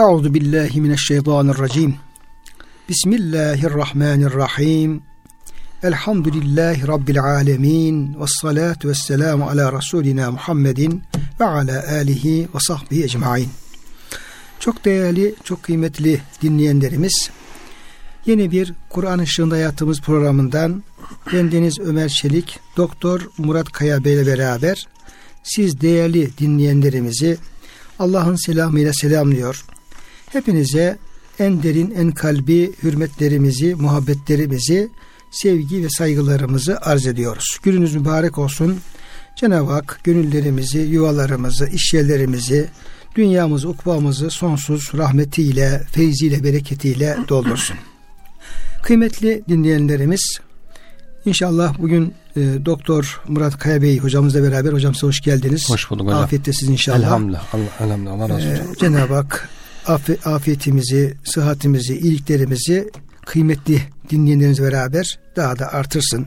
Euzu billahi mineşşeytanirracim. Bismillahirrahmanirrahim. Elhamdülillahi Rabbil alemin. Vessalatu vesselamu ala Resulina Muhammedin ve ala alihi ve sahbihi ecmain. Çok değerli, çok kıymetli dinleyenlerimiz, yeni bir Kur'an Işığında Hayatımız programından bendeniz Ömer Çelik, Doktor Murat Kaya Bey ile beraber siz değerli dinleyenlerimizi Allah'ın selamıyla selamlıyor. Hepinize en derin, en kalbi hürmetlerimizi, muhabbetlerimizi, sevgi ve saygılarımızı arz ediyoruz. Gününüz mübarek olsun. Cenab-ı Hak gönüllerimizi, yuvalarımızı, işyerlerimizi, dünyamızı, ukbamızı sonsuz rahmetiyle, feyziyle, bereketiyle doldursun. Kıymetli dinleyenlerimiz, inşallah bugün Doktor Murat Kaya Bey hocamızla beraber. Hocam size hoş geldiniz. Hoş bulduk hocam. Afiyettesiniz inşallah. Elhamdülillah. Allah razı olsun. Cenab-ı Hak afiyetimizi, sıhhatimizi, iyiliklerimizi kıymetli dinleyenlerimizle beraber daha da artırsın.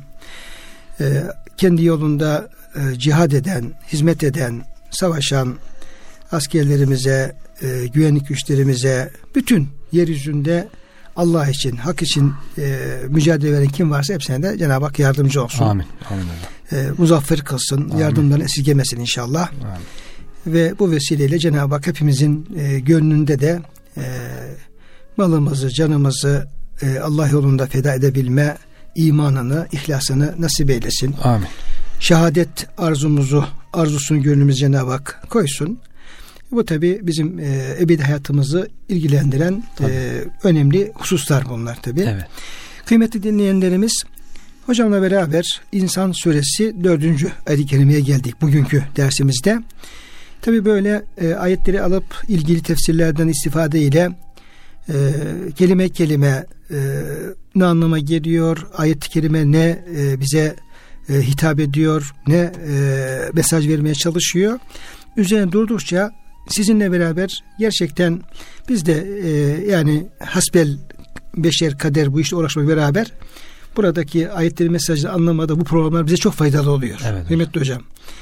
Kendi yolunda cihad eden, hizmet eden, savaşan askerlerimize, güvenlik güçlerimize, bütün yeryüzünde Allah için, hak için mücadele veren kim varsa hepsine de Cenab-ı Hak yardımcı olsun. Amin. Amin. Muzaffer kılsın, amin. Yardımlarını esirgemesin inşallah. Amin. Ve bu vesileyle Cenab-ı Hak hepimizin gönlünde de malımızı, canımızı Allah yolunda feda edebilme imanını, ihlasını nasip eylesin. Amin. Şehadet arzusunu gönlümüze Cenab-ı Hak koysun. Bu tabi bizim ebedi hayatımızı ilgilendiren önemli hususlar bunlar tabi. Evet. Kıymetli dinleyenlerimiz, hocamla beraber İnsan Suresi 4. ayet-i kerimeye geldik bugünkü dersimizde. Tabi böyle ayetleri alıp ilgili tefsirlerden istifade ile kelime kelime ne anlama geliyor, ayet-i kerime ne bize hitap ediyor, ne mesaj vermeye çalışıyor. Üzerine durdukça sizinle beraber gerçekten biz de yani hasbel beşer kader bu işte uğraşmak beraber buradaki ayetleri, mesajları anlamada bu programlar bize çok faydalı oluyor. Evet, kıymetli hocam.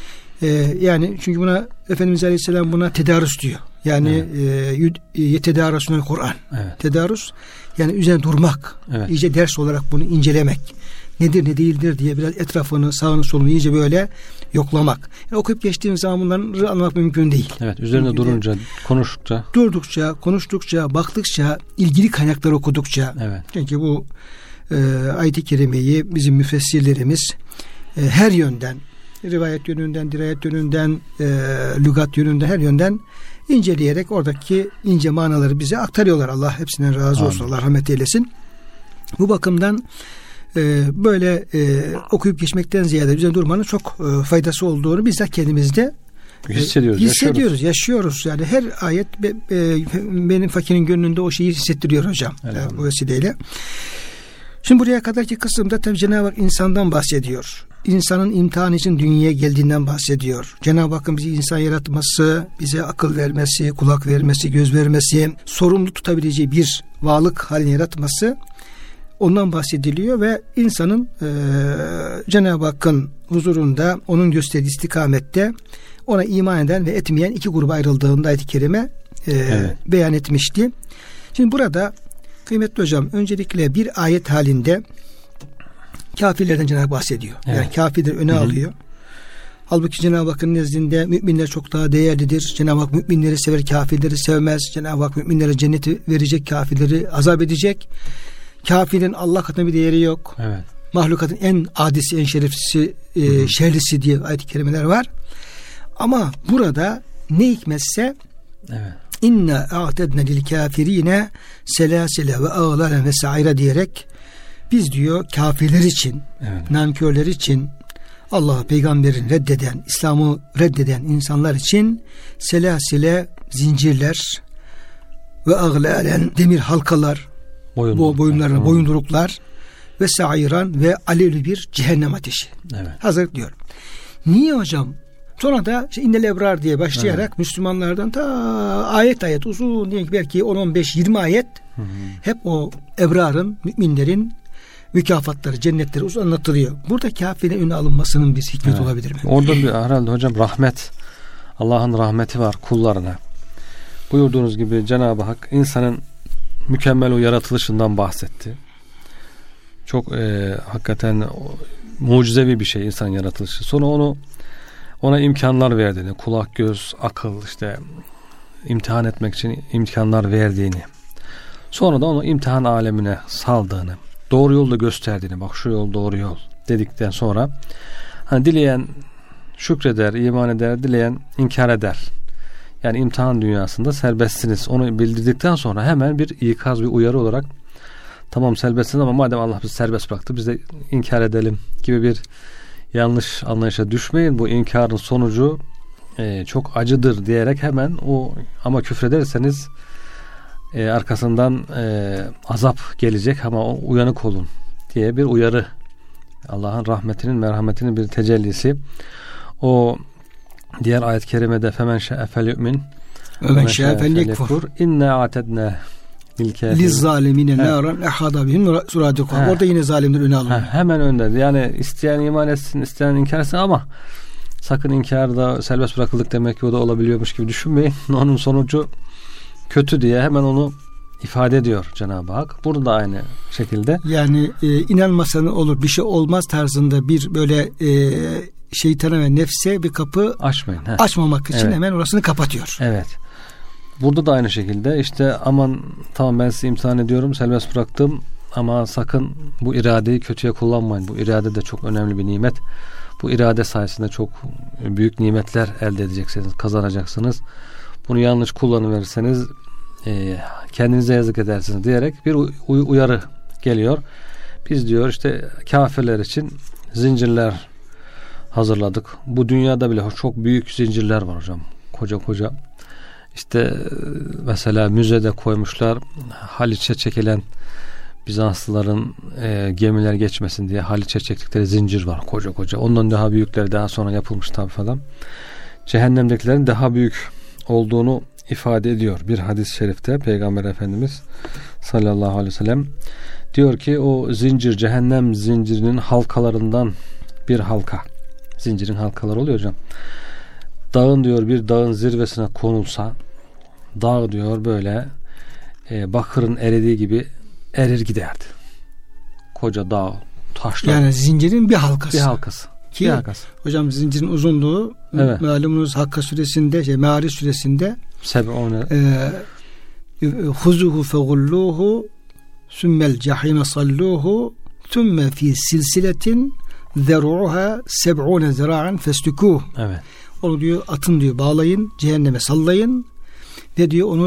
Yani çünkü buna Efendimiz Aleyhisselam buna tedarüs diyor. Yani yetedarüsünel Kur'an. Evet. Tedarüs yani üzerine durmak. Evet. İyice ders olarak bunu incelemek. Nedir ne değildir diye biraz etrafını, sağını solunu iyice böyle yoklamak. Yani okuyup geçtiğimiz zaman bunları anlamak mümkün değil. Evet, üzerine mümkün durunca, değil. Durdukça, konuştukça, baktıkça, ilgili kaynakları okudukça. Evet. Çünkü bu ayet-i kerimeyi bizim müfessirlerimiz her yönden, rivayet yönünden, dirayet yönünden, lügat yönünden, her yönden inceleyerek oradaki ince manaları bize aktarıyorlar. Allah hepsinden razı olsun. Allah rahmet eylesin. Bu bakımdan böyle okuyup geçmekten ziyade üzerine durmanın çok faydası olduğunu bizzat kendimizde hissediyoruz, yaşıyoruz. Yani her ayet benim fakirin gönlünde o şeyi hissettiriyor hocam. Bu vesileyle. Şimdi buraya kadarki kısımda tabii Cenab-ı Hak insandan bahsediyor. İnsanın imtihan için dünyaya geldiğinden bahsediyor. Cenab-ı Hakk'ın bizi insan yaratması, bize akıl vermesi, kulak vermesi, göz vermesi, sorumlu tutabileceği bir varlık haline yaratması, ondan bahsediliyor ve insanın Cenab-ı Hakk'ın huzurunda onun gösterdiği istikamette ona iman eden ve etmeyen iki gruba ayrıldığında ayet-i kerime beyan etmişti. Şimdi burada kıymetli hocam öncelikle bir ayet halinde kafirlerden Cenab-ı Hak bahsediyor. Evet. Yani kafirleri öne alıyor. Halbuki Cenab-ı Hakk'ın nezdinde müminler çok daha değerlidir. Cenab-ı Hak müminleri sever, kafirleri sevmez. Cenab-ı Hak müminlere cenneti verecek, kafirleri azap edecek. Kafirin Allah katında bir değeri yok. Evet. Mahlukatın en adisi, en şereflisi, şerlisi diye ayet-i kerimeler var. Ama burada ne hikmetse inna a'tedne lil kafirine selasile ve ağlalen ve sa'ira diyerek biz diyor kafirler için, nankörler için, Allah'ı, peygamberini reddeden, İslam'ı reddeden insanlar için selasile, zincirler ve ağlalen, demir halkalar, boyunduruklar ve sa'iran ve alevli bir cehennem ateşi hazır diyor. Niye hocam? Sonra da innel ebrar diye başlayarak Müslümanlardan ta ayet uzun diye belki 10-15-20 ayet hep o ebrarın, müminlerin mükafatları, cennetleri uzun anlatılıyor. Burada kafirin önüne alınmasının bir hikmet olabilir mi? Orada bir herhalde hocam rahmet, Allah'ın rahmeti var kullarına. buyurduğunuz gibi Cenab-ı Hak insanın mükemmel o yaratılışından bahsetti. Çok hakikaten mucizevi bir şey insanın yaratılışı. Sonra ona imkanlar verdiğini, kulak, göz, akıl, işte imtihan etmek için imkanlar verdiğini, sonra da onu imtihan alemine saldığını, doğru yolu da gösterdiğini, bak şu yol doğru yol dedikten sonra hani dileyen şükreder, iman eder, dileyen inkar eder. Yani imtihan dünyasında serbestsiniz. Onu bildirdikten sonra hemen bir ikaz, bir uyarı olarak tamam serbestsiniz ama madem Allah bizi serbest bıraktı biz de inkar edelim gibi bir yanlış anlayışa düşmeyin. Bu inkarın sonucu çok acıdır diyerek hemen ama küfrederseniz arkasından azap gelecek ama uyanık olun diye bir uyarı. Allah'ın rahmetinin, merhametinin bir tecellisi. O diğer ayet-i kerimede femen şe'e fel yu'min ve men şe'e fel yekfur inna a'tedna liz zalimine naran ehada bihim suratukum. Orada yine zalimler öne alınıyor. Hemen önde. Yani isteyen iman etsin, isteyen inkar etsin ama sakın inkarda serbest bırakıldık demek ki o da olabiliyormuş gibi düşünmeyin. Onun sonucu kötü diye hemen onu ifade ediyor Cenab-ı Hak. Burada da aynı şekilde. Yani inanmasan olur, bir şey olmaz tarzında bir böyle şeytana ve nefse bir kapı açmayın. Açmamak için hemen orasını kapatıyor. Evet. Burada da aynı şekilde işte aman tamam ben sizi imtihan ediyorum, serbest bıraktım ama sakın bu iradeyi kötüye kullanmayın. Bu irade de çok önemli bir nimet. Bu irade sayesinde çok büyük nimetler elde edeceksiniz, kazanacaksınız. Bunu yanlış kullanıverirseniz kendinize yazık edersiniz diyerek bir uyarı geliyor. Biz diyor işte kafirler için zincirler hazırladık. Bu dünyada bile çok büyük zincirler var hocam. Koca koca. İşte mesela müzede koymuşlar Haliç'e çekilen Bizanslıların gemiler geçmesin diye Haliç'e çektikleri zincir var koca koca. Ondan daha büyükleri daha sonra yapılmış tabi falan. Cehennemdekilerin daha büyük olduğunu ifade ediyor. Bir hadis-i şerifte Peygamber Efendimiz sallallahu aleyhi ve sellem diyor ki o zincir cehennem zincirinin halkalarından bir halka. Zincirin halkaları oluyor hocam. Dağın diyor bir dağın zirvesine konulsa dağ diyor böyle bakırın eridiği gibi erir giderdi. Koca dağ, taşlar. Yani zincirin bir halkası. Bir halkası. Ki, bir halkası. Hocam zincirin uzunluğu malumunuz Hakka suresinde, Me'ariç suresinde huzuhu fegulluhu sümmel cahime salluhu sümme fi silsiletin zeru'uha 70 zira'an festukuh. Evet. Onu diyor atın diyor bağlayın, cehenneme sallayın ve diyor onu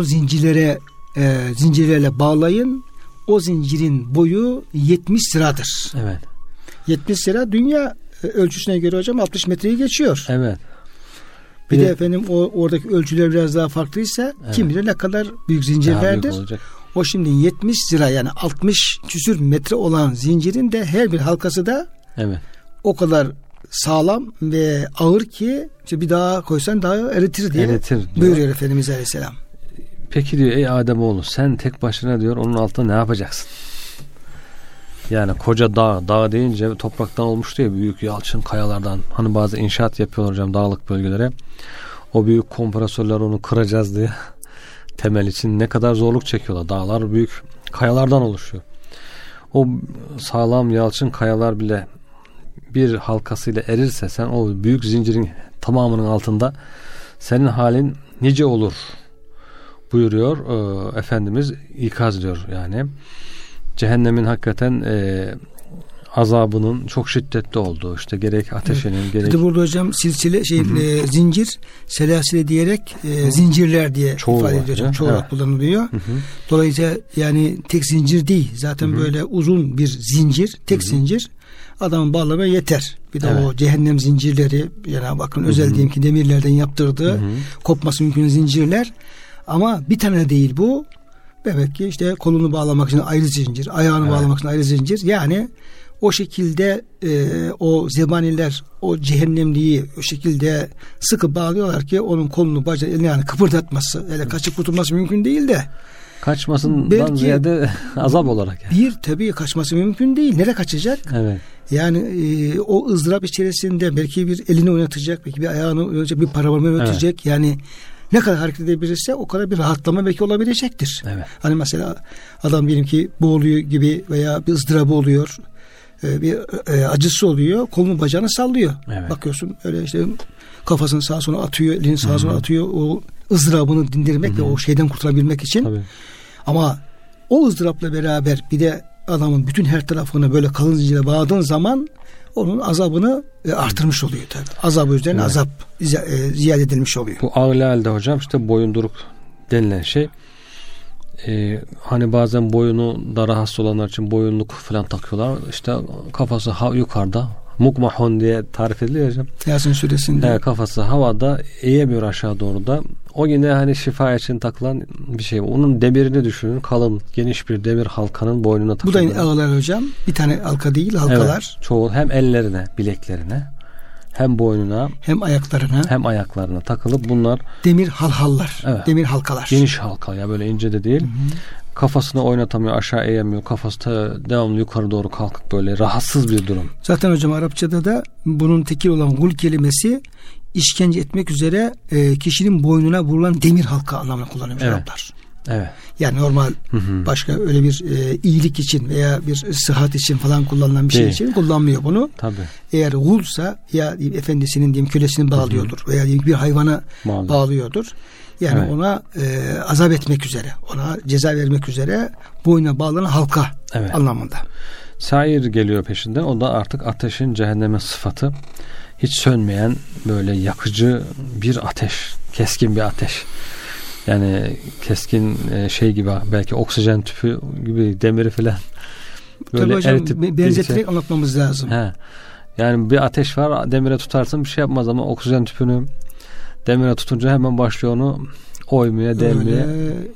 zincirlerle bağlayın. O zincirin boyu 70 sıradır. Evet. 70 sıra dünya ölçüsüne göre hocam 60 metreyi geçiyor. Evet. Bir de efendim oradaki ölçüler biraz daha farklıysa kim bilir ne kadar büyük zincirlerdir. O şimdi 70 sıra yani 60 küsür metre olan zincirin de her bir halkası da o kadar sağlam ve ağır ki işte bir dağa koysan dağı eritir diye buyuruyor Efendimiz Aleyhisselam. Peki diyor ey Ademoğlu sen tek başına diyor onun altında ne yapacaksın? Yani koca dağ deyince topraktan olmuş diye büyük yalçın kayalardan hani bazı inşaat yapıyorlar hocam dağlık bölgelere. O büyük kompresörler onu kıracağız diye temel için ne kadar zorluk çekiyorlar. Dağlar büyük kayalardan oluşuyor. O sağlam yalçın kayalar bile bir halkasıyla erirse sen o büyük zincirin tamamının altında senin halin nice olur buyuruyor Efendimiz ikaz ediyor yani. Cehennemin hakikaten azabının çok şiddetli olduğu işte gerek ateşinin gerek. Burada hocam silsile zincir selasile diyerek zincirler diye ifade ediyor hocam. Çoğu kullanılıyor. Dolayısıyla yani tek zincir değil. Zaten böyle uzun bir zincir, tek zincir adamın bağlamaya yeter. Bir de o cehennem zincirleri yani bakın özel diyeyim ki demirlerden yaptırdığı kopması mümkün zincirler. Ama bir tane değil bu. Demek ki işte kolunu bağlamak için ayrı zincir, ayağını bağlamak için ayrı zincir. Yani o şekilde o zebaniler o cehennemliği o şekilde sıkı bağlıyorlar ki onun kolunu, bacağını, elini yani kıpırdatması, öyle kaçıp kurtulması mümkün değil de. Kaçmasından ziyade azap olarak. Yani. Tabii kaçması mümkün değil. Nereye kaçacak? Evet. Yani o ızdırap içerisinde belki bir elini oynatacak, belki bir ayağını oynatacak, bir parmağını oynatacak. Yani Ne kadar hareket edebilirse o kadar bir rahatlama belki olabilecektir. Evet. Hani mesela adam diyelim ki boğuluyor gibi veya bir ızdırabı oluyor. Bir acısı oluyor. Kolunu bacağını sallıyor. Evet. Bakıyorsun öyle işte kafasını sağa sola atıyor, elini sağa sola atıyor. O ızdırabını dindirmek ve o şeyden kurtulabilmek için. Tabii. Ama o ızdırapla beraber bir de adamın bütün her tarafını böyle kalın zincirle bağladığın zaman onun azabını artırmış oluyor tabii. Azabı üzerine azap ziyade edilmiş oluyor. Bu ağlalde hocam işte boyunduruk denilen şey. Hani bazen boyunu da rahatsız olanlar için boyunluk falan takıyorlar. İşte kafası yukarıda. Mukmahon diye tarif ediliyor hocam. Yasin suresinde. Kafası havada, eğemiyor aşağı doğru da. O yine hani şifa için takılan bir şey. Onun demirini düşünün. Kalın, geniş bir demir halkanın boynuna takılıyor. Bu da ağlar hocam. Bir tane halka değil, halkalar. Evet, çoğu hem ellerine, bileklerine, hem boynuna, hem ayaklarına takılıp bunlar demir halhallar. Evet. Demir halkalar. Geniş halka ya, böyle ince de değil. Hı-hı. Kafasını oynatamıyor, aşağı eğemiyor. Kafası da devamlı yukarı doğru kalkıp böyle rahatsız bir durum. Zaten hocam Arapçada da bunun tekil olan gul kelimesi işkence etmek üzere kişinin boynuna vurulan demir halka anlamına kullanılmış Araplar. Evet. Yani normal başka öyle bir iyilik için veya bir sıhhat için falan kullanılan bir şey için kullanmıyor bunu. Tabii. Eğer gulsa ya efendisinin diyelim kölesini bağlıyordur veya diyelim bir hayvana bağlıyordur. Yani ona azap etmek üzere, ona ceza vermek üzere boynuna bağlanan halka anlamında. Sair geliyor peşinden. O da artık ateşin, cehennemin sıfatı. Hiç sönmeyen böyle yakıcı bir ateş, keskin bir ateş. Yani keskin şey gibi, belki oksijen tüpü gibi demiri falan böyle eritip benzeterek anlatmamız lazım. Yani bir ateş var, demire tutarsın bir şey yapmaz ama oksijen tüpünü demire tutunca hemen başlıyor onu oymaya, delmeye,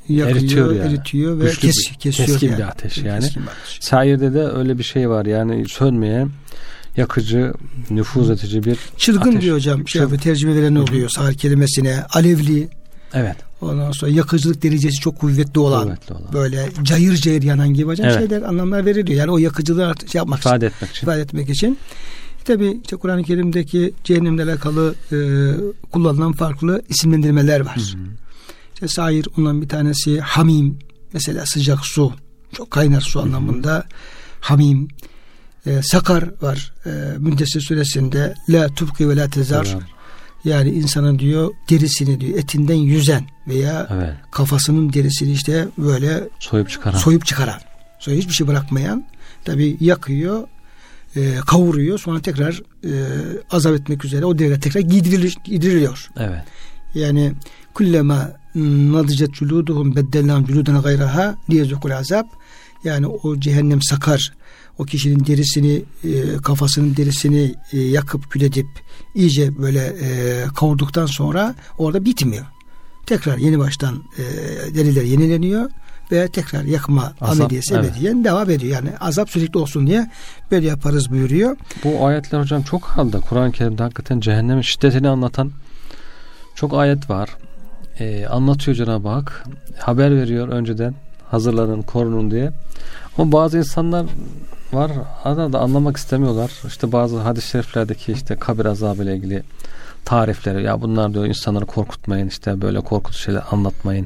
eritiyor ve kesiyor. Keskin yani. Bir ateş yani. Sairde de öyle bir şey var yani, sönmeyen, yakıcı, nüfuz edici bir çılgın ateş. Diyor hocam. Tercümeleri ne oluyor? Sair kelimesine alevli. Evet. Ondan sonra yakıcılık derecesi çok kuvvetli olan. Böyle cayır cayır yanan gibi hocam şeyler, anlamlar veriliyor. Yani o yakıcılığı ifade etmek için. Tabii işte Kur'an-ı Kerim'deki cehennemle alakalı kullanılan farklı isimlendirmeler var. İşte sair, ondan bir tanesi hamim, mesela sıcak su, çok kaynar su anlamında hamim. Sakar var Müddessir suresinde, la tubqi ve la tezar. Yani insanın diyor derisini diyor etinden yüzen veya kafasının derisini işte böyle soyup çıkaran. Sonra hiçbir şey bırakmayan, tabii yakıyor, kavuruyor, sonra tekrar azap etmek üzere o derine tekrar giydiriliyor. Evet. Yani kullema nadicet culuduhum beddelnahum culudan gayraha liyezukul azab. Yani o cehennem sakar, o kişinin derisini, kafasının derisini yakıp kül edip iyice böyle kavurduktan sonra orada bitmiyor. Tekrar yeni baştan deriler yenileniyor ve tekrar yakma ameliyesi ebediyen devam ediyor. Yani azap sürekli olsun diye böyle yaparız buyuruyor. Bu ayetler hocam çok halde Kur'an-ı Kerim'de hakikaten cehennemin şiddetini anlatan çok ayet var. Anlatıyor Cenab-ı Hak. Haber veriyor önceden, hazırlanın, korunun diye. Ama bazı insanlar var, da anlamak istemiyorlar. İşte bazı hadis-i şeriflerdeki işte kabir azabı ile ilgili tarifleri, ya bunlar diyor insanları korkutmayın, işte böyle korkutucu şeyler anlatmayın,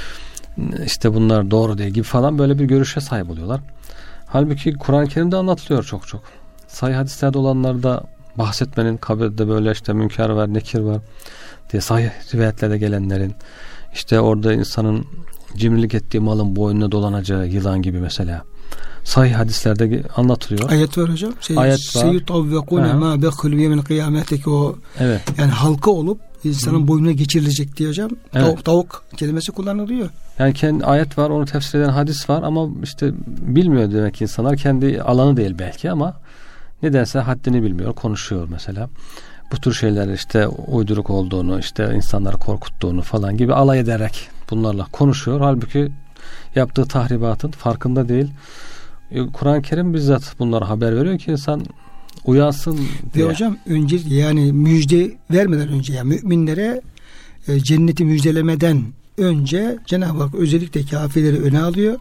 işte bunlar doğru değil gibi falan, böyle bir görüşe sahip oluyorlar. Halbuki Kur'an-ı Kerim'de anlatılıyor çok. Sahih hadislerde olanlarda bahsetmenin, kabirde böyle işte münker var, nekir var diye sahih rivayetlerde gelenlerin, işte orada insanın cimrilik ettiği malın boynuna dolanacağı yılan gibi mesela sahih hadislerde anlatılıyor. Ayet var hocam. Ayet var. Seyutavvekune ma bekhulu yevmil kıyameteki o yani halka olup insanın boynuna geçirilecek diye hocam. Tavuk kelimesi kullanılıyor. Yani kendi ayet var, onu tefsir eden hadis var ama işte bilmiyor demek ki insanlar, kendi alanı değil belki ama nedense haddini bilmiyor, konuşuyor mesela. Bu tür şeyler işte uyduruk olduğunu, işte insanları korkuttuğunu falan gibi alay ederek bunlarla konuşuyor. Halbuki yaptığı tahribatın farkında değil. Kur'an-ı Kerim bizzat bunlara haber veriyor ki insan uyansın diye. Ve hocam önce yani müjde vermeden önce, yani müminlere cenneti müjdelemeden önce Cenab-ı Hak özellikle kafirleri öne alıyor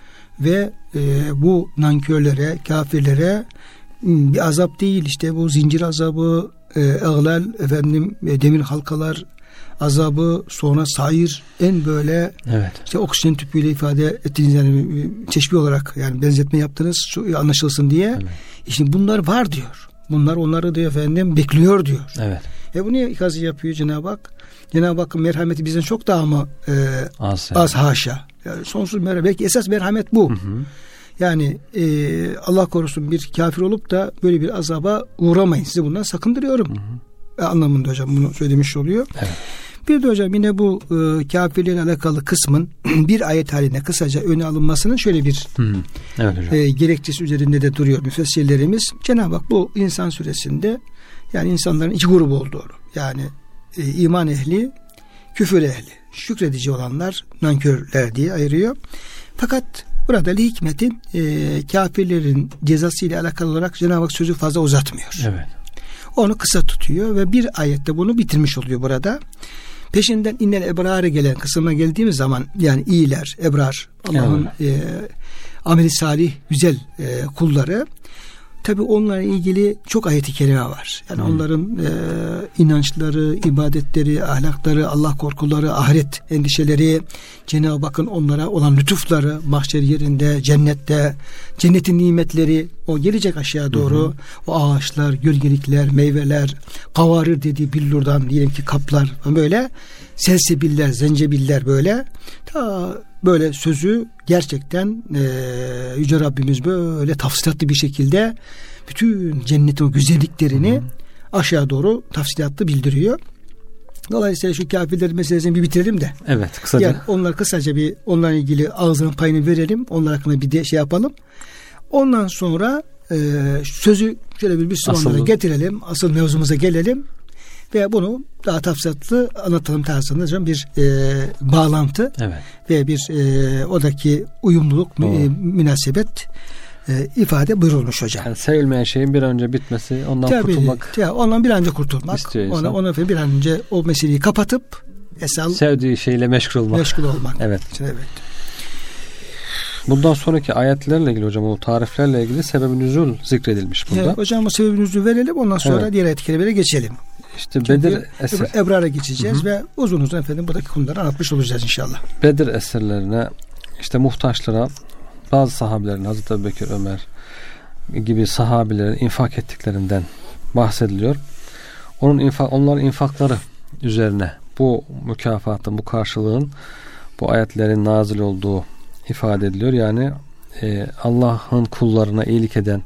ve bu nankörlere, kafirlere bir azap değil, işte bu zincir azabı, ağlal, demir halkalar azabı, sonra sair, en böyle işte oksijen tüpüyle ifade ettiğiniz, yani teşbih olarak, yani benzetme yaptınız çok anlaşılsın diye. İşte bunlar var diyor. Bunlar onları diyor efendim bekliyor diyor. Bu niye ikazı yapıyor Cenab-ı Hak? Cenab-ı Hakk'ın merhameti bizden çok daha mı az haşa. Yani sonsuz merhamet. Belki esas merhamet bu. Yani Allah korusun bir kafir olup da böyle bir azaba uğramayın. Size bundan sakındırıyorum. Anlamında hocam bunu söylemiş oluyor. Bir de hocam yine bu kafirliğin alakalı kısmın bir ayet haline kısaca öne alınmasının şöyle bir gerekçesi üzerinde de duruyor müfessirlerimiz. Cenab-ı Hak bu İnsan suresinde yani insanların iki grubu olduğunu, yani iman ehli, küfür ehli, şükredici olanlar, nankörler diye ayırıyor. Fakat burada li hikmetin kafirlerin cezası ile alakalı olarak Cenab-ı Hak sözü fazla uzatmıyor. Onu kısa tutuyor ve bir ayette bunu bitirmiş oluyor burada. Peşinden innel ebrar'a gelen kısmına geldiğimiz zaman, yani iyiler, ebrar, Allah'ın ameli salih, güzel kulları, tabi onlarla ilgili çok ayet-i kerime var. Yani onların inançları, ibadetleri, ahlakları, Allah korkuları, ahiret endişeleri, Cenab-ı Hakk'ın onlara olan lütufları, mahşer yerinde, cennette, cennetin nimetleri, o gelecek aşağı doğru, o ağaçlar, gölgelikler, meyveler, kavarır dediği billurdan diyelim ki kaplar, böyle selsebiller, zencebiller, böyle ta böyle sözü gerçekten Yüce Rabbimiz böyle tafsilatlı bir şekilde bütün cennetin o güzelliklerini aşağı doğru tafsilatlı bildiriyor. Dolayısıyla şu kafirler meselesini bir bitirelim de. Kısaca. Yani onlar kısaca bir onlarla ilgili ağzının payını verelim. Onlar hakkında bir de şey yapalım. Ondan sonra sözü şöyle bir Müslümanlara getirelim. Asıl mevzumuza gelelim. Ve bunu daha tafsilatlı anlatalım tarzında bir bağlantı ve bir oradaki uyumluluk, münasebet ifade buyurulmuş hocam. Yani sevilmeyen şeyin bir an önce bitmesi, ondan kurtulmak. Ondan bir an önce kurtulmak. Ona bir an önce o meseleyi kapatıp sevdiği şeyle meşgul olmak. Bundan sonraki ayetlerle ilgili hocam, o tariflerle ilgili sebeb-i nüzul zikredilmiş burada. Hocam o sebeb-i nüzul verelim, ondan sonra diğer ayet-i kerimelere geçelim. İşte Bedir Ebrar'a geçeceğiz ve uzun efendim buradaki konuları anlatmış olacağız inşallah. Bedir esirlerine, işte muhtaçlara, bazı sahabilerin, Hazreti Ebubekir, Ömer gibi sahabilerin infak ettiklerinden bahsediliyor. Onların infakları üzerine bu mükafatın, bu karşılığın, bu ayetlerin nazil olduğu ifade ediliyor. Yani Allah'ın kullarına iyilik eden,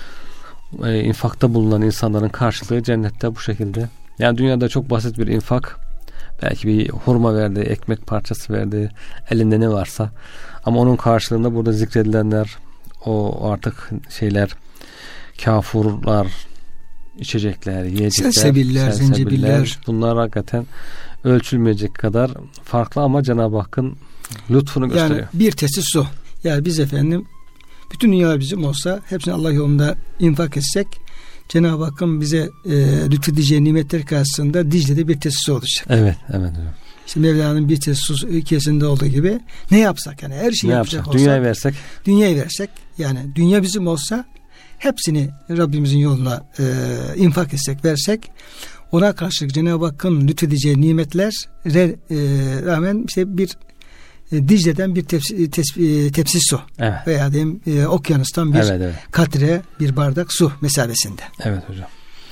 infakta bulunan insanların karşılığı cennette bu şekilde. Yani dünyada çok basit bir infak, belki bir hurma verdi, ekmek parçası verdi, elinde ne varsa, ama onun karşılığında burada zikredilenler, o artık şeyler, kafurlar, içecekler, yiyecekler, selsebiller, zencebiller, bunlar hakikaten ölçülmeyecek kadar farklı ama Cenab-ı Hakk'ın lütfunu gösteriyor. Yani bir tesis su. Yani biz efendim bütün dünya bizim olsa, hepsini Allah yolunda infak etsek, Cenab-ı Hakk'ın bize lütfedeceği nimetler karşısında Dicle'de bir tesis olacak. Evet. İşte Mevla'nın bir tesis ülkesinde olduğu gibi ne yapsak, yani her şeyi yapacak olsak, dünyayı versek, yani dünya bizim olsa hepsini Rabbimizin yoluna infak etsek, versek, ona karşılık Cenab-ı Hakk'ın lütfedeceği nimetlere rağmen işte bir Dicle'den bir tepsi su veya diyeyim okyanustan bir katre, bir bardak su mesabesinde. Evet hocam.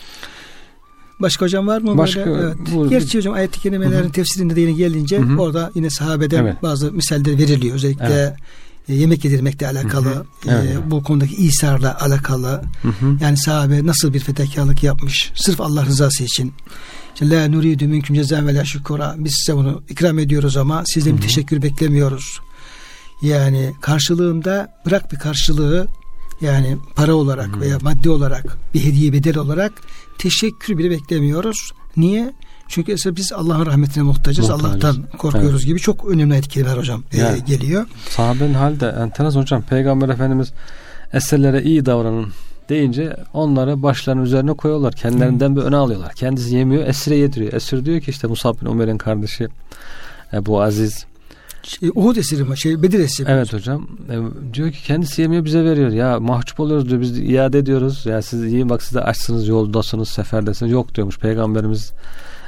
Başka hocam var mı? Başka, Gerçi hocam ayet-i kerimelerin tefsirinde de yine gelince orada yine sahabeden bazı misaller veriliyor. Özellikle yemek yedirmekle alakalı, bu konudaki İsa'yla alakalı. Yani sahabe nasıl bir fedakarlık yapmış sırf Allah rızası için. La nuridu minkum cezaen ve la şükura. Biz size bunu ikram ediyoruz ama sizden bir teşekkür beklemiyoruz. Yani karşılığında, bırak bir karşılığı, yani para olarak veya maddi olarak, bir hediye, bedel olarak teşekkür bile beklemiyoruz. Niye? Çünkü biz Allah'ın rahmetine muhtacız. Allah'tan korkuyoruz gibi çok önemli ayet-i kerimeler hocam geliyor. Sahabenin hali de enteresan hocam. Peygamber Efendimiz esirlere iyi davranın deyince onları başlarının üzerine koyuyorlar. Kendilerinden bir öne alıyorlar. Kendisi yemiyor, esire yediriyor. Esir diyor ki işte Musab bin Umer'in kardeşi Ebu Aziz. Uhud esiri mi? Bedir esiri mi? Evet hocam. Diyor ki kendisi yemiyor, bize veriyor. Ya mahcup oluyoruz diyor. Biz iade ediyoruz. Ya siz yiyin, bak siz de açsınız, yoldasınız, seferdesiniz. Yok diyormuş Peygamberimiz.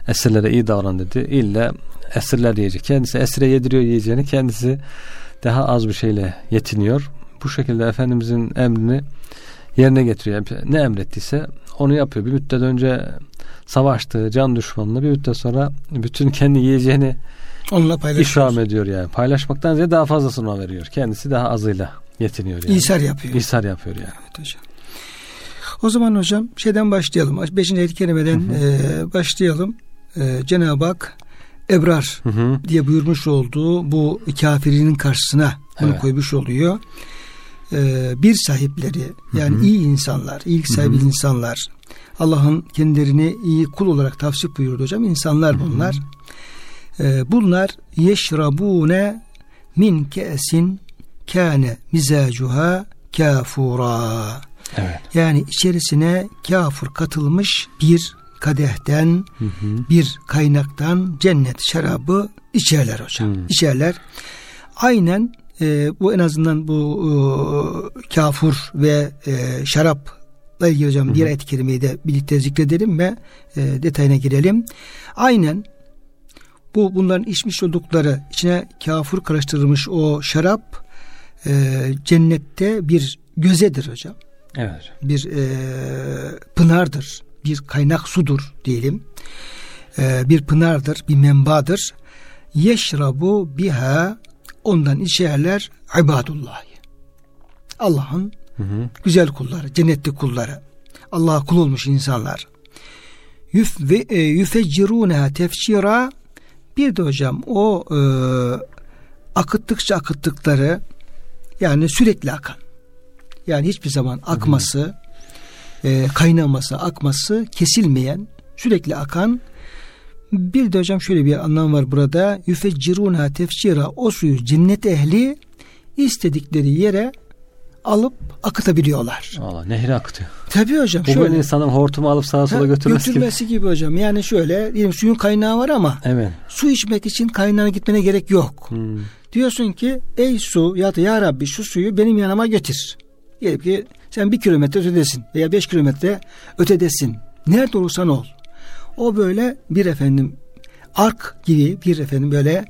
esirlere iyi davran dedi. İlla esirler yiyecek. Kendisi esire yediriyor yiyeceğini, kendisi daha az bir şeyle yetiniyor. Bu şekilde Efendimizin emrini yerine getiriyor. Ne emrettiyse onu yapıyor. Bir müddet önce savaştığı can düşmanına bir müddet sonra bütün kendi yiyeceğini onunla ikram ediyor yani. Paylaşmaktan ziyade daha fazlasını ona veriyor. Kendisi daha azıyla yetiniyor yani. İsar yapıyor. İsar yapıyor yani. Evet hocam. O zaman hocam şeyden başlayalım. 5. ayet-i kerimeden başlayalım. Cenab-ı Hak ebrar diye buyurmuş olduğu bu kafirinin karşısına bunu koymuş oluyor. Bir sahipleri yani iyi insanlar, iyilik sahibi insanlar, Allah'ın kendilerini iyi kul olarak tavsif buyurdu hocam. İnsanlar bunlar. Bunlar yeşrabune min ke'sin kâne mizacuha kâfura. Evet. Yani içerisine kafur katılmış bir kadehten, bir kaynaktan cennet şarabı içerler hocam. İçerler. Aynen bu en azından bu kafur ve şarapla ilgili hocam diğer ayet-i kerimeyi de birlikte zikredelim ve detayına girelim. Aynen bunların içmiş oldukları içine kafur karıştırılmış o şarap cennette bir gözedir hocam. Evet hocam. Bir pınardır. Bir kaynak sudur diyelim. Bir pınardır, bir menbadır. Yeşrabu biha, ondan içerler ibadullah. Allah'ın güzel kulları, cennetli kulları. Allah'a kul olmuş insanlar. Yüfeccirûneha tefşira. Bir de hocam o akıttıkları yani sürekli akan. Yani hiçbir zaman akması, kaynaması, akması kesilmeyen, sürekli akan. Bir de hocam şöyle bir anlam var burada. Yüfeccirûnâ tefşira, o suyu cennet ehli istedikleri yere alıp akıtabiliyorlar. Vallahi nehri akıtıyor. Tabii hocam. Bu böyle insanın hortumu alıp sağa sola götürmesi gibi hocam. Yani şöyle diyelim, suyun kaynağı var ama su içmek için kaynağına gitmene gerek yok. Diyorsun ki ey su ya Rabbi şu suyu benim yanıma getir. Diyelim ki sen 1 kilometre ötedesin veya 5 kilometre ötedesin. Nerede olursan ol. O böyle bir ark gibi böyle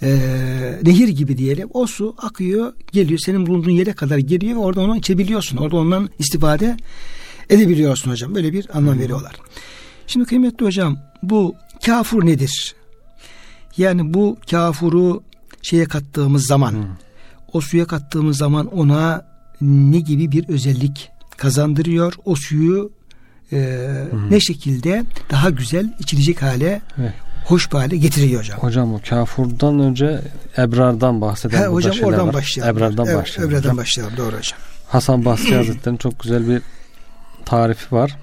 nehir gibi diyelim. O su akıyor, geliyor. Senin bulunduğun yere kadar geliyor ve orada onu içebiliyorsun. Orada ondan istifade edebiliyorsun hocam. Böyle bir anlam veriyorlar. Şimdi kıymetli hocam, bu kafur nedir? Yani bu kafuru şeye kattığımız zaman, o suya kattığımız zaman ona ne gibi bir özellik kazandırıyor? O suyu ne şekilde daha güzel içilecek hale, hoş bir hale getiriyor hocam. Hocam o kafurdan önce ebrardan bahseden hocam oradan var. Başlayalım. Ebrardan başlayalım. Doğru hocam. Hasan Basri Hazretleri'nin çok güzel bir tarifi var.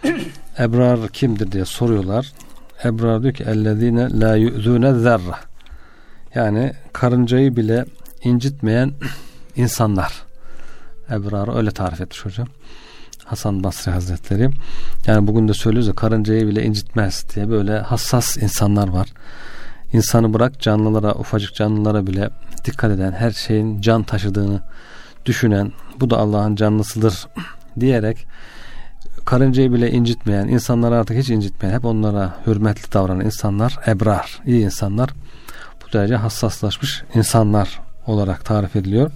Ebrar kimdir diye soruyorlar. Ebrar diyor ki ellezine la yu'zune zerre. Yani karıncayı bile incitmeyen insanlar. Ebrar'ı öyle tarif etmiş hocam Hasan Basri Hazretleri. Yani bugün de söylüyoruz ya, karıncayı bile incitmez diye böyle hassas insanlar var. İnsanı bırak, canlılara, ufacık canlılara bile dikkat eden, her şeyin can taşıdığını düşünen, bu da Allah'ın canlısıdır diyerek karıncayı bile incitmeyen, insanları artık hiç incitmeyen, hep onlara hürmetli davranan insanlar ebrar, iyi insanlar. Bu derece hassaslaşmış insanlar olarak tarif ediliyor.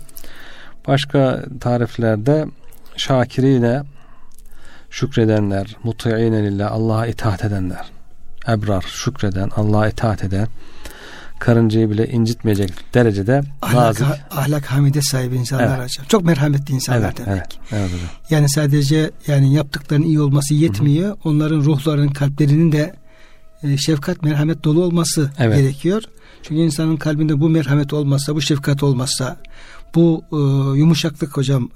Başka tariflerde şakirine, şükredenler, muti'ine lillah, Allah'a itaat edenler. Ebrar, şükreden, Allah'a itaat eden, karıncayı bile incitmeyecek derecede nazik. Ahlak hamide sahibi insanlar hocam. Çok merhametli insanlar demek. Evet hocam. Yani sadece yani yaptıklarının iyi olması yetmiyor. Onların ruhlarının, kalplerinin de şefkat, merhamet dolu olması gerekiyor. Çünkü insanın kalbinde bu merhamet olmazsa, bu şefkat olmazsa, bu yumuşaklık hocam,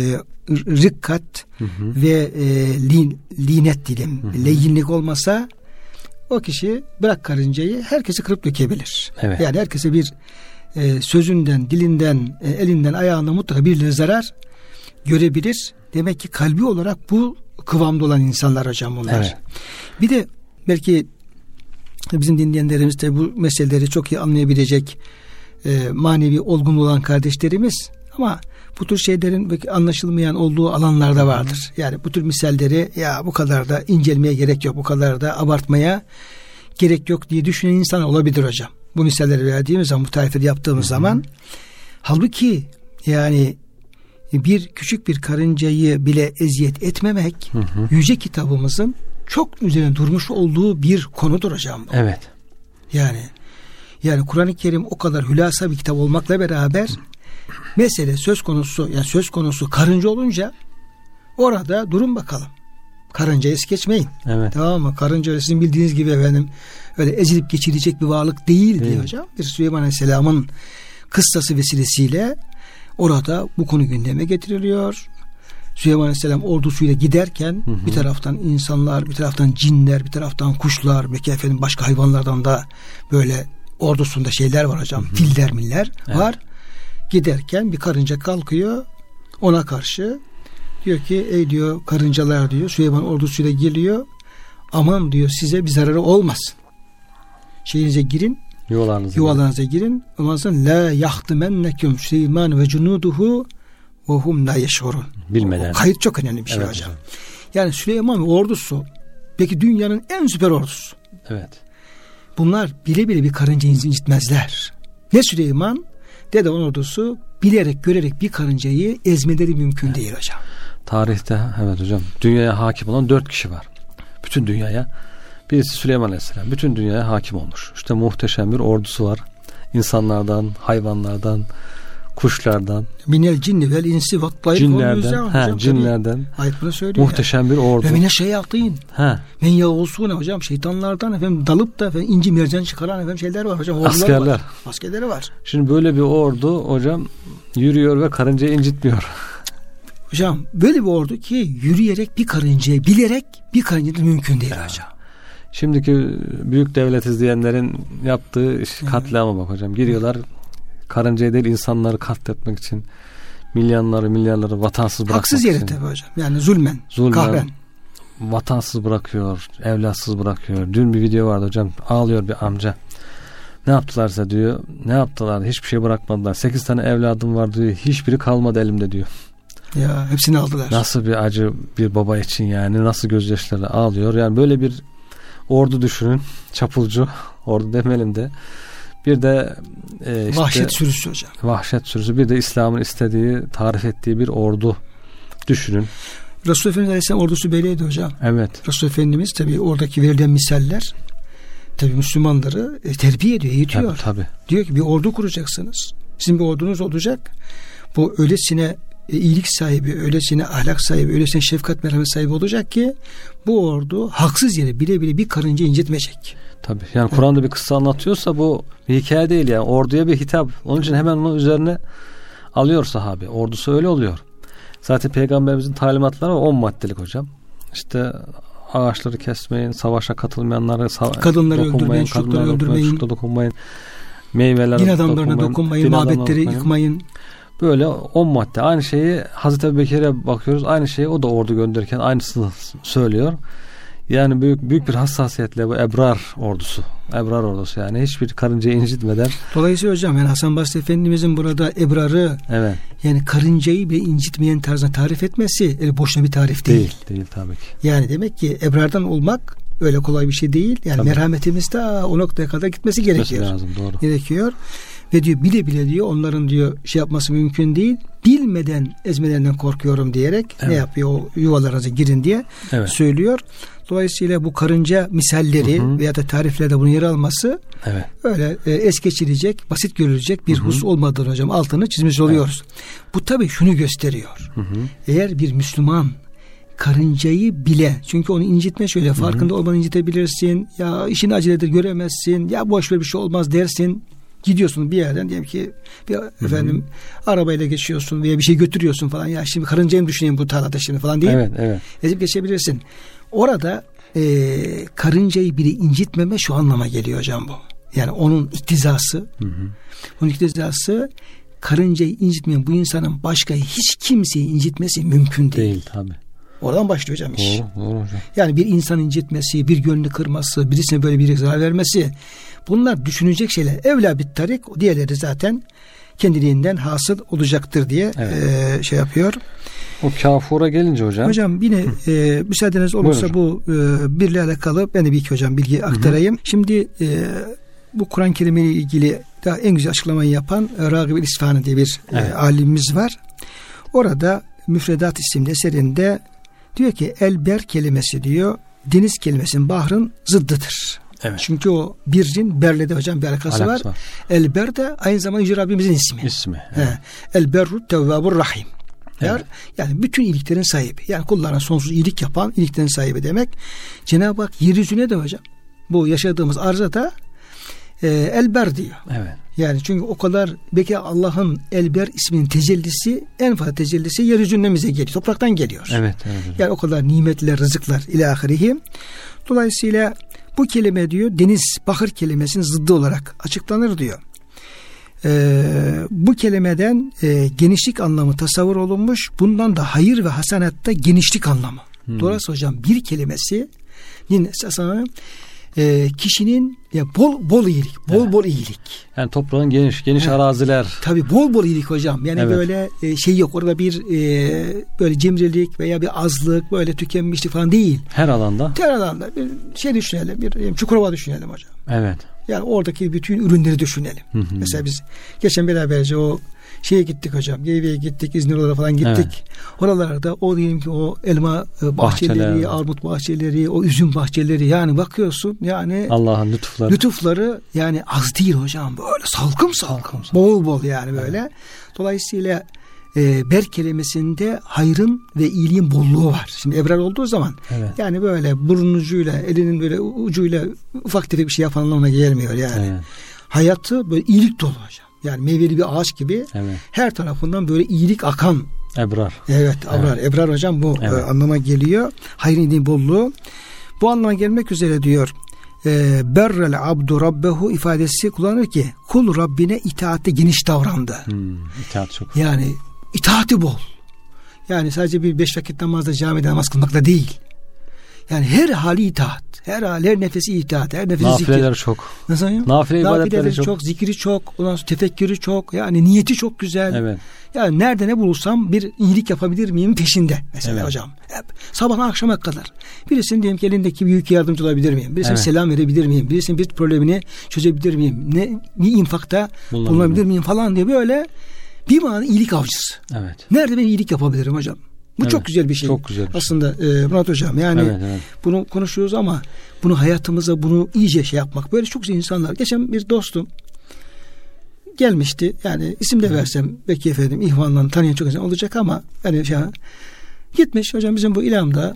rikkat ve linet diyelim, leyinlik olmasa o kişi bırak karıncayı herkesi kırıp dökebilir. Evet. Yani herkese bir sözünden, dilinden, elinden, ayağından mutlaka birileri zarar görebilir. Demek ki kalbi olarak bu kıvamda olan insanlar hocam bunlar. Evet. Bir de belki bizim dinleyenlerimiz de bu meseleleri çok iyi anlayabilecek manevi olgun olan kardeşlerimiz, ama bu tür şeylerin belki anlaşılmayan olduğu alanlarda vardır. Yani bu tür misalleri ya bu kadar da incelmeye gerek yok, bu kadar da abartmaya gerek yok diye düşünen insan olabilir hocam. Bu misalleri verdiğimiz zaman, bu tarifleri yaptığımız zaman, halbuki yani bir küçük bir karıncayı bile eziyet etmemek yüce kitabımızın çok üzerine durmuş olduğu bir konudur hocam. Evet. Yani Kur'an-ı Kerim o kadar hülasa bir kitap olmakla beraber mesele söz konusu karınca olunca orada durun bakalım. Karıncayı es geçmeyin. Evet. Tamam mı? Karınca öyle sizin bildiğiniz gibi efendim öyle ezilip geçirecek bir varlık değil diye hocam. Bir Süleyman Aleyhisselam'ın kıssası vesilesiyle orada bu konu gündeme getiriliyor. Süleyman Aleyhisselam ordusuyla giderken bir taraftan insanlar, bir taraftan cinler, bir taraftan kuşlar, belki efendim başka hayvanlardan da böyle ordusunda şeyler var hocam. Filler miller var. Giderken bir karınca kalkıyor ona karşı. Diyor ki ey diyor karıncalar diyor Süleyman ordusuyla geliyor. Aman diyor size bir zararı olmasın. Şeyinize girin. Yuvalarınıza girin. Ondan sonra la yahtimennekum Süleyman ve cunuduhu ve hum la yeşurun. Bilmeden. Kayıt çok önemli bir şey hocam. Yani Süleyman ve ordusu belki dünyanın en süper ordusu. Evet. Bunlar bile bile bir karıncayı incitmezler. Ne Süleyman ne de onun ordusu bilerek görerek bir karıncayı ezmeleri mümkün değil hocam. Tarihte evet hocam dünyaya hakim olan 4 kişi var. Bütün dünyaya. Birisi Süleyman Aleyhisselam. Bütün dünyaya hakim olmuş. İşte muhteşem bir ordusu var. İnsanlardan, hayvanlardan, kuşlardan. Minel cinni vel insi vat cinlerden. Muhteşem bir ordu. Ve mine şeyatin. Men yavusune hocam şeytanlardan efendim dalıp da efendim inci mercan çıkaran efendim şeyler var hocam. Askerler. Askerleri var. Şimdi böyle bir ordu hocam yürüyor ve karıncayı incitmiyor. Hocam böyle bir ordu ki yürüyerek bir karıncayı bilerek bir karıncayı mümkün değil hocam. Şimdiki büyük devlet izleyenlerin yaptığı katliama bak hocam. Giriyorlar karıncayı değil insanları katletmek için milyarları vatansız bırakmak haksız yere tabii hocam. Yani zulmen, kahren. Vatansız bırakıyor, evlatsız bırakıyor. Dün bir video vardı hocam. Ağlıyor bir amca. Ne yaptılarsa diyor. Ne yaptılar? Hiçbir şey bırakmadılar. 8 tane evladım var diyor. Hiçbiri kalmadı elimde diyor. Ya hepsini aldılar. Nasıl bir acı bir baba için yani. Nasıl gözyaşlarıyla ağlıyor. Yani böyle bir ordu düşünün. Çapulcu. Ordu demeyelim de. Bir de işte, vahşet sürüsü hocam. Vahşet sürüsü. Bir de İslam'ın istediği, tarif ettiği bir ordu düşünün. Resulullah Efendimiz Aleyhisselam ordusu böyleydi hocam. Evet. Resulullah Efendimiz tabii oradaki verilen misaller tabii Müslümanları terbiye ediyor, eğitiyor. Tabii. Diyor ki bir ordu kuracaksınız. Sizin bir ordunuz olacak. Bu öylesine iyilik sahibi, öylesine ahlak sahibi, öylesine şefkat merhamet sahibi olacak ki bu ordu haksız yere bile bile bir karınca incitmeyecek. Tabii. Yani Kur'an'da bir kıssa anlatıyorsa bu bir hikaye değil yani. Orduya bir hitap. Onun için hemen onun üzerine alıyor sahabe. Ordusu öyle oluyor. Zaten Peygamberimizin talimatları 10 maddelik hocam. İşte ağaçları kesmeyin, savaşa katılmayanları kadınları öldürmeyin, çocukları öldürmeyin, dokunmayın, meyvelere din adamlarına dokunmayın, mabetleri yıkmayın. Böyle 10 madde. Aynı şeyi Hazreti Ebubekir'e bakıyoruz. Aynı şeyi o da ordu gönderirken aynısını söylüyor. Yani büyük bir hassasiyetle bu Ebrar ordusu. Ebrar ordusu yani hiçbir karıncayı incitmeden. Dolayısıyla hocam yani Hasan Basri Efendimizin burada Ebrar'ı yani karıncayı bile incitmeyen tarzına tarif etmesi boşuna bir tarif değil. Değil tabii ki. Yani demek ki Ebrar'dan olmak öyle kolay bir şey değil. Yani merhametimiz de o noktaya kadar gitmesi gerekiyor. Lazım, doğru. Gerekiyor. Ve diyor bile diyor onların diyor şey yapması mümkün değil. Bilmeden ezmelerinden korkuyorum diyerek ne yapıyor? O yuvalarınıza girin diye söylüyor. Dolayısıyla bu karınca misalleri veya da tariflerde bunun yer alması öyle es geçilecek, basit görülecek bir husus olmadığını hocam altını çizmiş oluyoruz. Bu tabii şunu gösteriyor. Eğer bir Müslüman karıncayı bile çünkü onu incitme şöyle farkında olmadan incitebilirsin. Ya işini aceledir göremezsin. Ya boş ver bir şey olmaz dersin. Gidiyorsun bir yerden diyelim ki efendim arabayla geçiyorsun veya bir şey götürüyorsun falan ya şimdi karıncayı mı düşüneyim bu tarlada şimdi falan diye ezip geçebilirsin. Orada karıncayı bile incitmeme şu anlama geliyor hocam bu. Yani onun iktizası onun iktizası karıncayı incitmeyen bu insanın başka hiç kimseyi incitmesi mümkün değil. Değil tabii. Oradan başlıyor hocam iş. Doğru hocam. Yani bir insan incitmesi, bir gönlünü kırması, birisine böyle bir zarar vermesi bunlar düşünecek şeyler. Evla bit tarik diğerleri zaten kendiliğinden hasıl olacaktır diye şey yapıyor. O kafura gelince hocam. Hocam yine müsaadeniz olursa bu birle alakalı ben de bir iki hocam bilgi aktarayım. Şimdi bu Kur'an-ı Kerim ile ilgili daha en güzel açıklamayı yapan Ragib el-İsfahani diye bir alimimiz var. Orada Müfredat isimli eserinde diyor ki elber kelimesi diyor deniz kelimesinin bahrın zıddıdır. Evet. Çünkü o birrin berle de hocam bir alakası var. Elber de aynı zamanda Yüce Rabbimizin ismi. Evet. Elberru tevvabur rahim. Evet. Yani bütün iyiliklerin sahibi. Yani kullarına sonsuz iyilik yapan iyiliklerin sahibi demek. Cenab-ı Hak yeryüzüne de hocam bu yaşadığımız arza da elber diyor. Evet. Yani çünkü o kadar belki Allah'ın elber isminin tecellisi en fazla tecellisi yeryüzünden bize geliyor. Topraktan geliyor. Evet. Yani o kadar nimetler, rızıklar ilahirihi. Dolayısıyla bu kelime diyor deniz, bahır kelimesinin zıddı olarak açıklanır diyor. Bu kelimeden genişlik anlamı tasavvur olunmuş. Bundan da hayır ve hasanatta genişlik anlamı. Dolayısıyla hocam bir kelimesi yine esasında kişinin bol iyilik, bol iyilik. Yani toprağın geniş araziler. Tabii bol iyilik hocam. Yani böyle şey yok. Orada bir böyle cimrilik veya bir azlık, böyle tükenmişlik falan değil. Her alanda. Bir şey düşünelim. Bir Çukurova düşünelim hocam. Evet. Yani oradaki bütün ürünleri düşünelim. Mesela biz geçen beraberce o şeye gittik hocam. Geyve'ye gittik, İzmir'e falan gittik. Evet. Oralarda o diyelim ki o elma bahçeleri, armut bahçeleri, o üzüm bahçeleri yani bakıyorsun yani Allah'ın lütufları yani az değil hocam. Böyle salkım. Bol yani böyle. Evet. Dolayısıyla ber kelimesinde hayrın ve iyiliğin bolluğu var. Şimdi ebrar olduğu zaman yani böyle burun ucuyla, elinin böyle ucuyla ufak tefek bir şey yapan anlamına gelmiyor yani. Evet. Hayatı böyle iyilik dolu hocam. Yani meyveli bir ağaç gibi her tarafından böyle iyilik akan. Ebrar. Evet, abrar. Evet. Ebrar hocam bu anlama geliyor. Hayrın iyiliğin bolluğu. Bu anlama gelmek üzere diyor. Berrel abdu rabbehu ifadesi kullanır ki kul Rabbine itaatte geniş davrandı. İtaat çok. Yani itaati bol. Yani sadece bir 5 vakit namazda camide namaz kılmakla değil. Yani her hali itaat. Her nefesi itaat. Her nefesi zikir. Nafileler çok. Nasıl ya? Nafile ibadetleri çok. Zikri çok. Ondan sonra tefekkürü çok. Yani niyeti çok güzel. Evet. Yani nerede ne bulursam bir iyilik yapabilir miyim peşinde. Mesela hocam. Hep sabahdan akşama kadar. Birisinin diyelim ki elindeki büyük yardımcı olabilir miyim? Birisine selam verebilir miyim? Birisinin bir problemini çözebilir miyim? Bir infakta bulunabilir miyim falan diye böyle bir manada iyilik avcısı. Evet. Nerede ben iyilik yapabilirim hocam? Bu çok güzel bir şey. Çok güzel bir şey. Aslında Murat hocam yani bunu konuşuyoruz ama bunu hayatımıza bunu iyice şey yapmak. Böyle çok güzel insanlar. Geçen bir dostum gelmişti. Yani isim de versem belki efendim ihvanla tanıyan çok insan olacak ama yani gitmiş hocam bizim bu İlham'da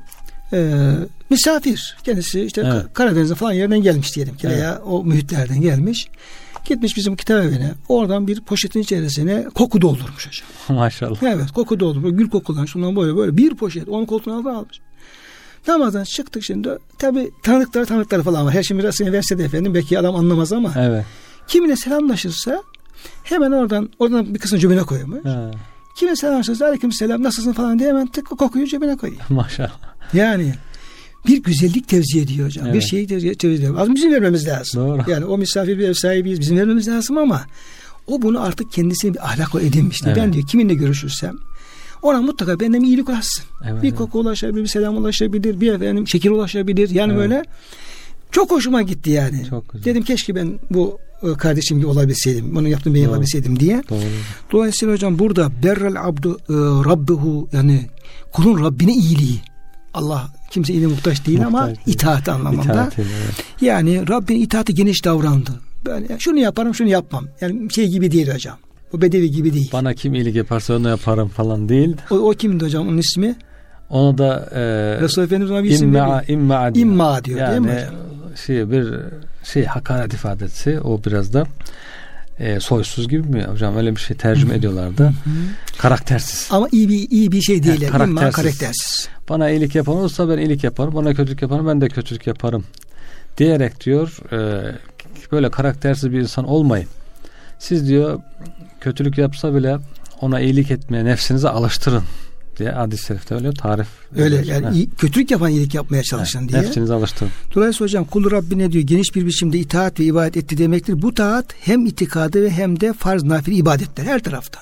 misafir. Kendisi işte Karadeniz'e falan yerden gelmiş diyelim ki veya o mühitlerden gelmiş. Gitmiş bizim kitap evine. Oradan bir poşetin içerisine koku doldurmuş hocam. Maşallah. Evet, koku doldurmuş. Gül kokulan şundan böyle bir poşet. Onun koltuğuna almış. Namazdan çıktık şimdi. Tabii tanıdıkları falan var. Her şey mirasını verse de efendim belki adam anlamaz ama. Evet. Kimine selamlaşırsa hemen oradan bir kısmını cebine koyuyormuş. Kimine selamlaşırsa aleykümselam nasılsın falan diye hemen tık kokuyu cebine koyuyor. Maşallah. Yani bir güzellik tevzi ediyor hocam. Evet. Bir şeyi tevzi ediyor. Az bizim vermemiz lazım. Doğru. Yani o misafir bir ev sahibiyiz. Bizim vermemiz lazım ama o bunu artık kendisine bir ahlakla edinmişti. Evet. Ben diyor kiminle görüşürsem ona mutlaka benden bir iyilik ulaşsın. Evet, bir koku ulaşabilir, bir selam ulaşabilir, bir efendim şekil ulaşabilir. Yani böyle çok hoşuma gitti yani. Dedim keşke ben bu kardeşim gibi olabilseydim. Bunu yaptım ben yapabilseydim diye. Doğru. Dolayısıyla hocam burada berrel abdu rabbuhu yani kulun Rabbine iyiliği. Allah kimse iyiliğe muhtaç değil ama itaat anlamında. Yani Rabbin itaati geniş davrandı. Ben şunu yaparım şunu yapmam. Yani şey gibi değil hocam. O bedevi gibi değil. Bana kim iyilik yaparsa onu yaparım falan değil. O kimdi hocam onun ismi? Onu da Resul Efendimiz ona bir isim veriyor. İmma diyor yani, değil mi hocam? Hakaret ifadesi o biraz da soysuz gibi mi hocam öyle bir şey tercüme ediyorlardı. Karaktersiz. Ama iyi bir şey değil. Yani, karaktersiz. Bana iyilik yapan olursa ben iyilik yaparım. Bana kötülük yaparım ben de kötülük yaparım. Diyerek diyor böyle karaktersiz bir insan olmayın. Siz diyor kötülük yapsa bile ona iyilik etmeye nefsinize alıştırın diye hadis-i şerifte öyle tarif. Öyle yani kötülük yapan iyilik yapmaya çalışın diye. Nefsinize alıştırın. Dolayısıyla hocam kul Rabbine diyor geniş bir biçimde itaat ve ibadet etti demektir. Bu taat hem itikadı ve hem de farz nafile ibadetler her taraftan.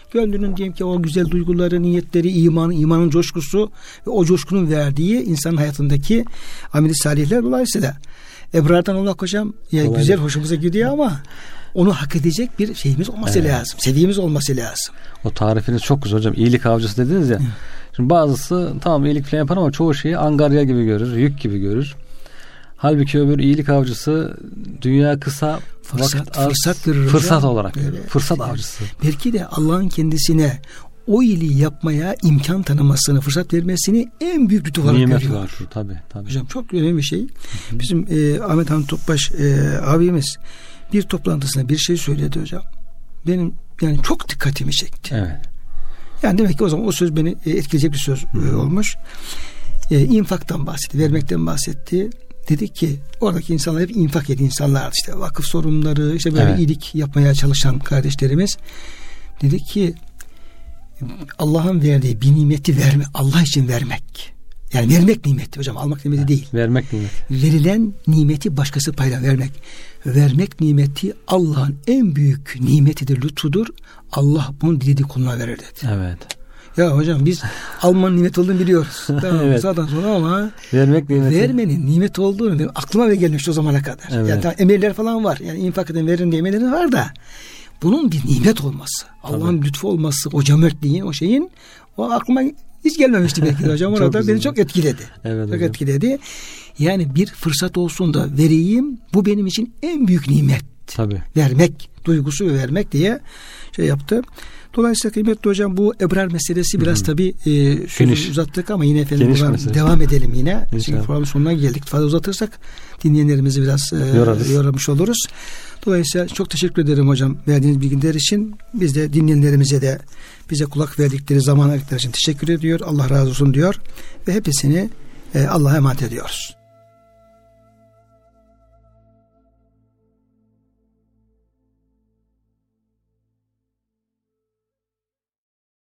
Gönlünün diyelim ki o güzel duyguları, niyetleri, imanın coşkusu ve o coşkunun verdiği insanın hayatındaki amel-i salihler. Dolayısıyla ebrardan olmak hocam güzel, hoşumuza gidiyor ama onu hak edecek bir şeyimiz olması lazım. Seviyemiz olması lazım. O tarifiniz çok güzel hocam. İyilik avcısı dediniz ya. Şimdi bazısı tamam iyilik falan yapar ama çoğu şeyi angarya gibi görür, yük gibi görür. Halbuki öbür iyilik avcısı dünya kısa, fırsat olarak fırsat avcısı. Belki de Allah'ın kendisine o iyiliği yapmaya imkan tanımasını, fırsat vermesini en büyük lütuf olarak görüyor. Tabii. Hocam çok önemli bir şey. Bizim Ahmet Hamdi Topbaş abimiz bir toplantısında bir şey söyledi hocam. Benim yani çok dikkatimi çekti. Evet. Yani demek ki o zaman o söz beni etkileyecek bir söz olmuş. İnfaktan bahsetti, vermekten bahsetti. Dedi ki oradaki insanlar hep infak eden insanlar, işte vakıf sorumluları, işte böyle iyilik yapmaya çalışan kardeşlerimiz. Dedi ki Allah'ın verdiği bir nimeti Allah için vermek. Yani vermek nimeti hocam, almak nimeti değil. Vermek nimeti. Verilen nimeti başkası payla vermek. Vermek nimeti Allah'ın en büyük nimetidir, lütfudur. Allah bunu dilediği kuluna verir dedi. Evet. Ya hocam biz almanın nimet olduğunu biliyoruz. Tamam, evet. Zaten sonra ama vermenin nimet olduğunu benim aklıma bile gelmişti o zamana kadar. Evet. Yani emirler falan var. Yani infak eden verin diye emirleri var da bunun bir nimet olması, Allah'ın lütfu olması, o cömertliğin, o şeyin, o aklıma hiç gelmemişti belki de hocam. Orada beni çok etkiledi. Evet, çok etkiledi. Yani bir fırsat olsun da vereyim, bu benim için en büyük nimet. Tabii. Vermek, duygusu vermek diye şey yaptı. Dolayısıyla kıymetli hocam bu ebrar meselesi biraz tabii sözü uzattık ama yine efendim devam edelim yine. Çünkü programın sonuna geldik. Fazla uzatırsak dinleyenlerimizi biraz yoramış oluruz. Dolayısıyla çok teşekkür ederim hocam verdiğiniz bilgiler için. Biz de dinleyenlerimize de bize kulak verdikleri, zaman ayırdıkları için teşekkür ediyor. Allah razı olsun diyor ve hepsini Allah'a emanet ediyoruz.